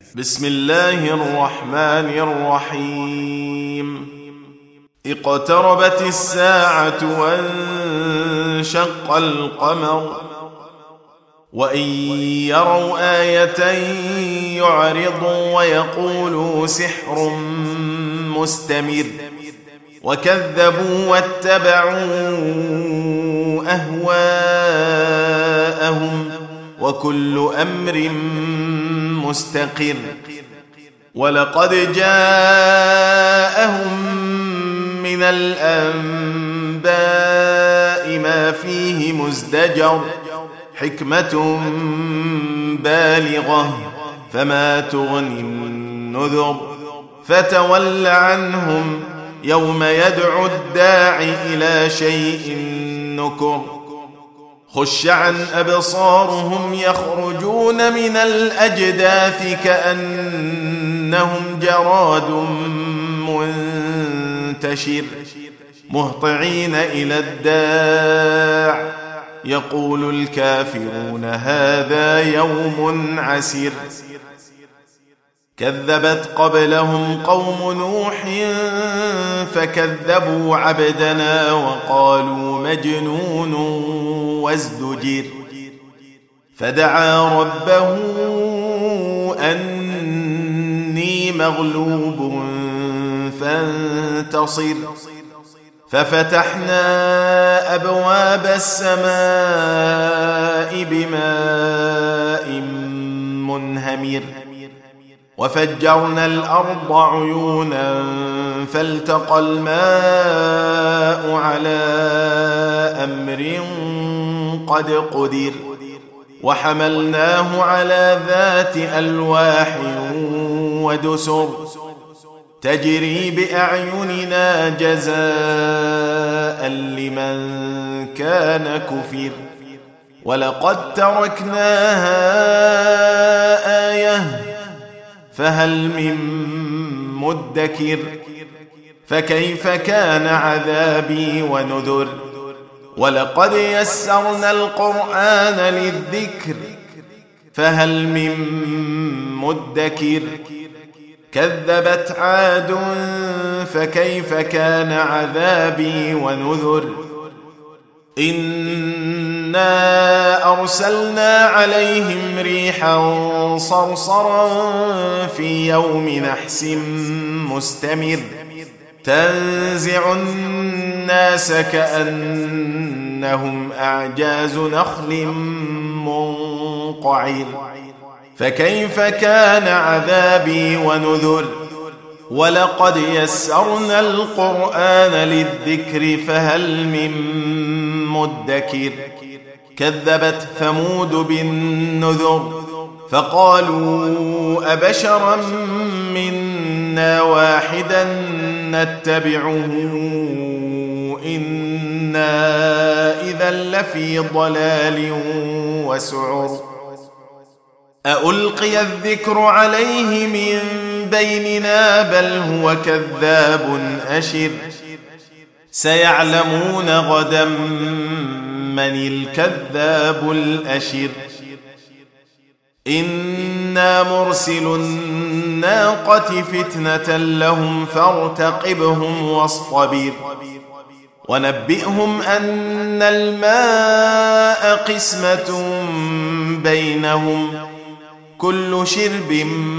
بسم الله الرحمن الرحيم. اقتربت الساعة وانشق القمر وإن يروا آية يعرضوا ويقولوا سحر مستمر وكذبوا واتبعوا أهواءهم وكل أمر مستقر. ولقد جاءهم من الأنباء ما فيه مزدجر حكمة بالغة فما تغني النذر. فتول عنهم يوم يدعو الداع إلى شيء نكر. خش عن أبصارهم يخرجون من الأجداث كأنهم جراد منتشر مهطعين إلى الداع يقول الكافرون هذا يوم عسير. كذبت قبلهم قوم نوح فكذبوا عبدنا وقالوا مجنون وازدجر. فدعا ربه أني مغلوب فانتصر. ففتحنا أبواب السماء بماء منهمر وفجرنا الأرض عيونا فالتقى الماء على أمر قد قدر. وحملناه على ذات ألواح ودسر تجري بأعيننا جزاء لمن كان كفر. ولقد تركناها آية فهل من مدكر. فكيف كان عذابي ونذر. ولقد يسرنا القرآن للذكر فهل من مدكر. كذبت عاد فكيف كان عذابي ونذر. إنا أرسلنا عليهم ريحا صرصرا في يوم نحس مستمر تنزع الناس كأنهم أعجاز نخل منقعر. فكيف كان عذابي ونذر. ولقد يسرنا القرآن للذكر فهل من مدكر. كذبت ثمود بالنذر فقالوا أبشرا منا واحدا نتبعه إنا إذا لفي ضلال وسعر. ألقي الذكر عليه من بيننا بل هو كذاب أشر. سيعلمون غدا من الكذاب الأشر. إنا مرسل الناقة فتنة لهم فارتقبهم واصطبر. ونبئهم أن الماء قسمة بينهم كل شرب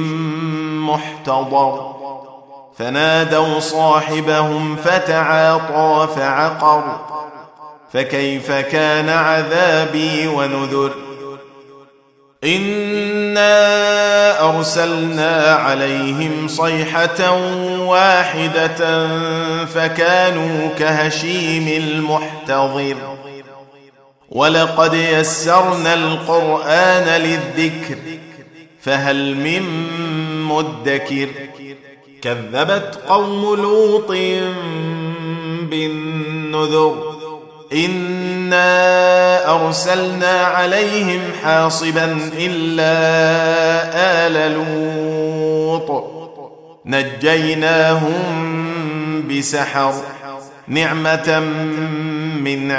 محتضر. فنادوا صاحبهم فتعاطى فعقر. فكيف كان عذابي ونذر. إنا أرسلنا عليهم صيحة واحدة فكانوا كهشيم المحتضر. ولقد يسرنا القرآن للذكر فهل من مدكر. كذبت قوم لوط بالنذر إنا أرسلنا عليهم حاصبا إلا آل لوط نجيناهم بسحر نعمة من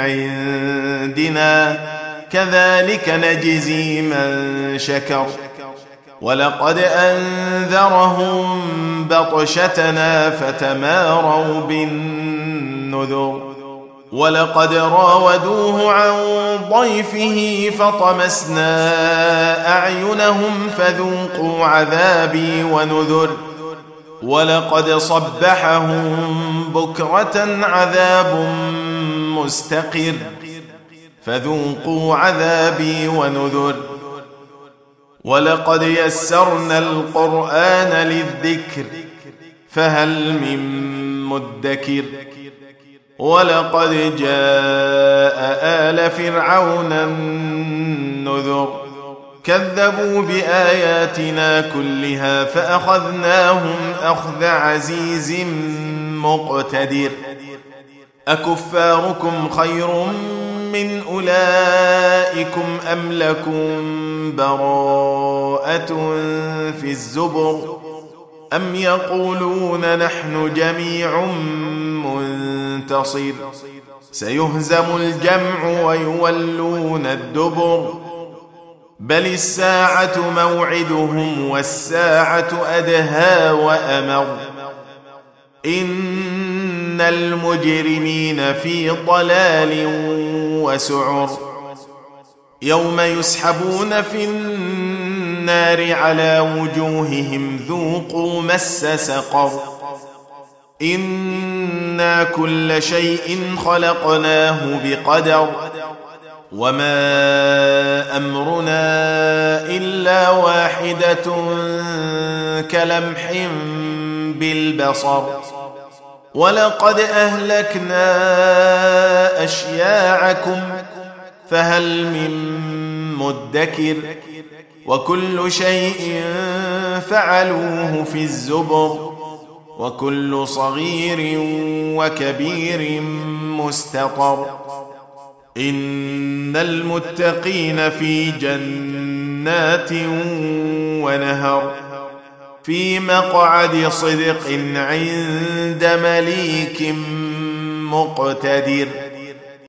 عندنا كذلك نجزي من شكر. ولقد أنذرهم بطشتنا فتماروا بالنذر ولقد راودوه عن ضيفه فطمسنا أعينهم فذوقوا عذابي ونذر ولقد صبحهم بكرة عذاب مستقر فذوقوا عذابي ونذر ولقد يسرنا القرآن للذكر فهل من مدكر ولقد جاء آل فرعون النذر كذبوا بآياتنا كلها فأخذناهم أخذ عزيز مقتدر أكفاركم خير من أولئكم أم لكم براءة في الزبر أم يقولون نحن جميع منتصر سيهزم الجمع ويولون الدبر بل الساعة موعدهم والساعة أدهى وأمر إن المجرمين في ضلال وسعر يوم يسحبون في النار على وجوههم ذوقوا مس سقر إنا كل شيء خلقناه بقدر وما أمرنا إلا واحدة كلمح بالبصر ولقد أهلكنا أشياعكم فهل من مدكر وكل شيء فعلوه في الزبر وكل صغير وكبير مستطر إن المتقين في جنات ونهر في مقعد صدق عند مليك مقتدر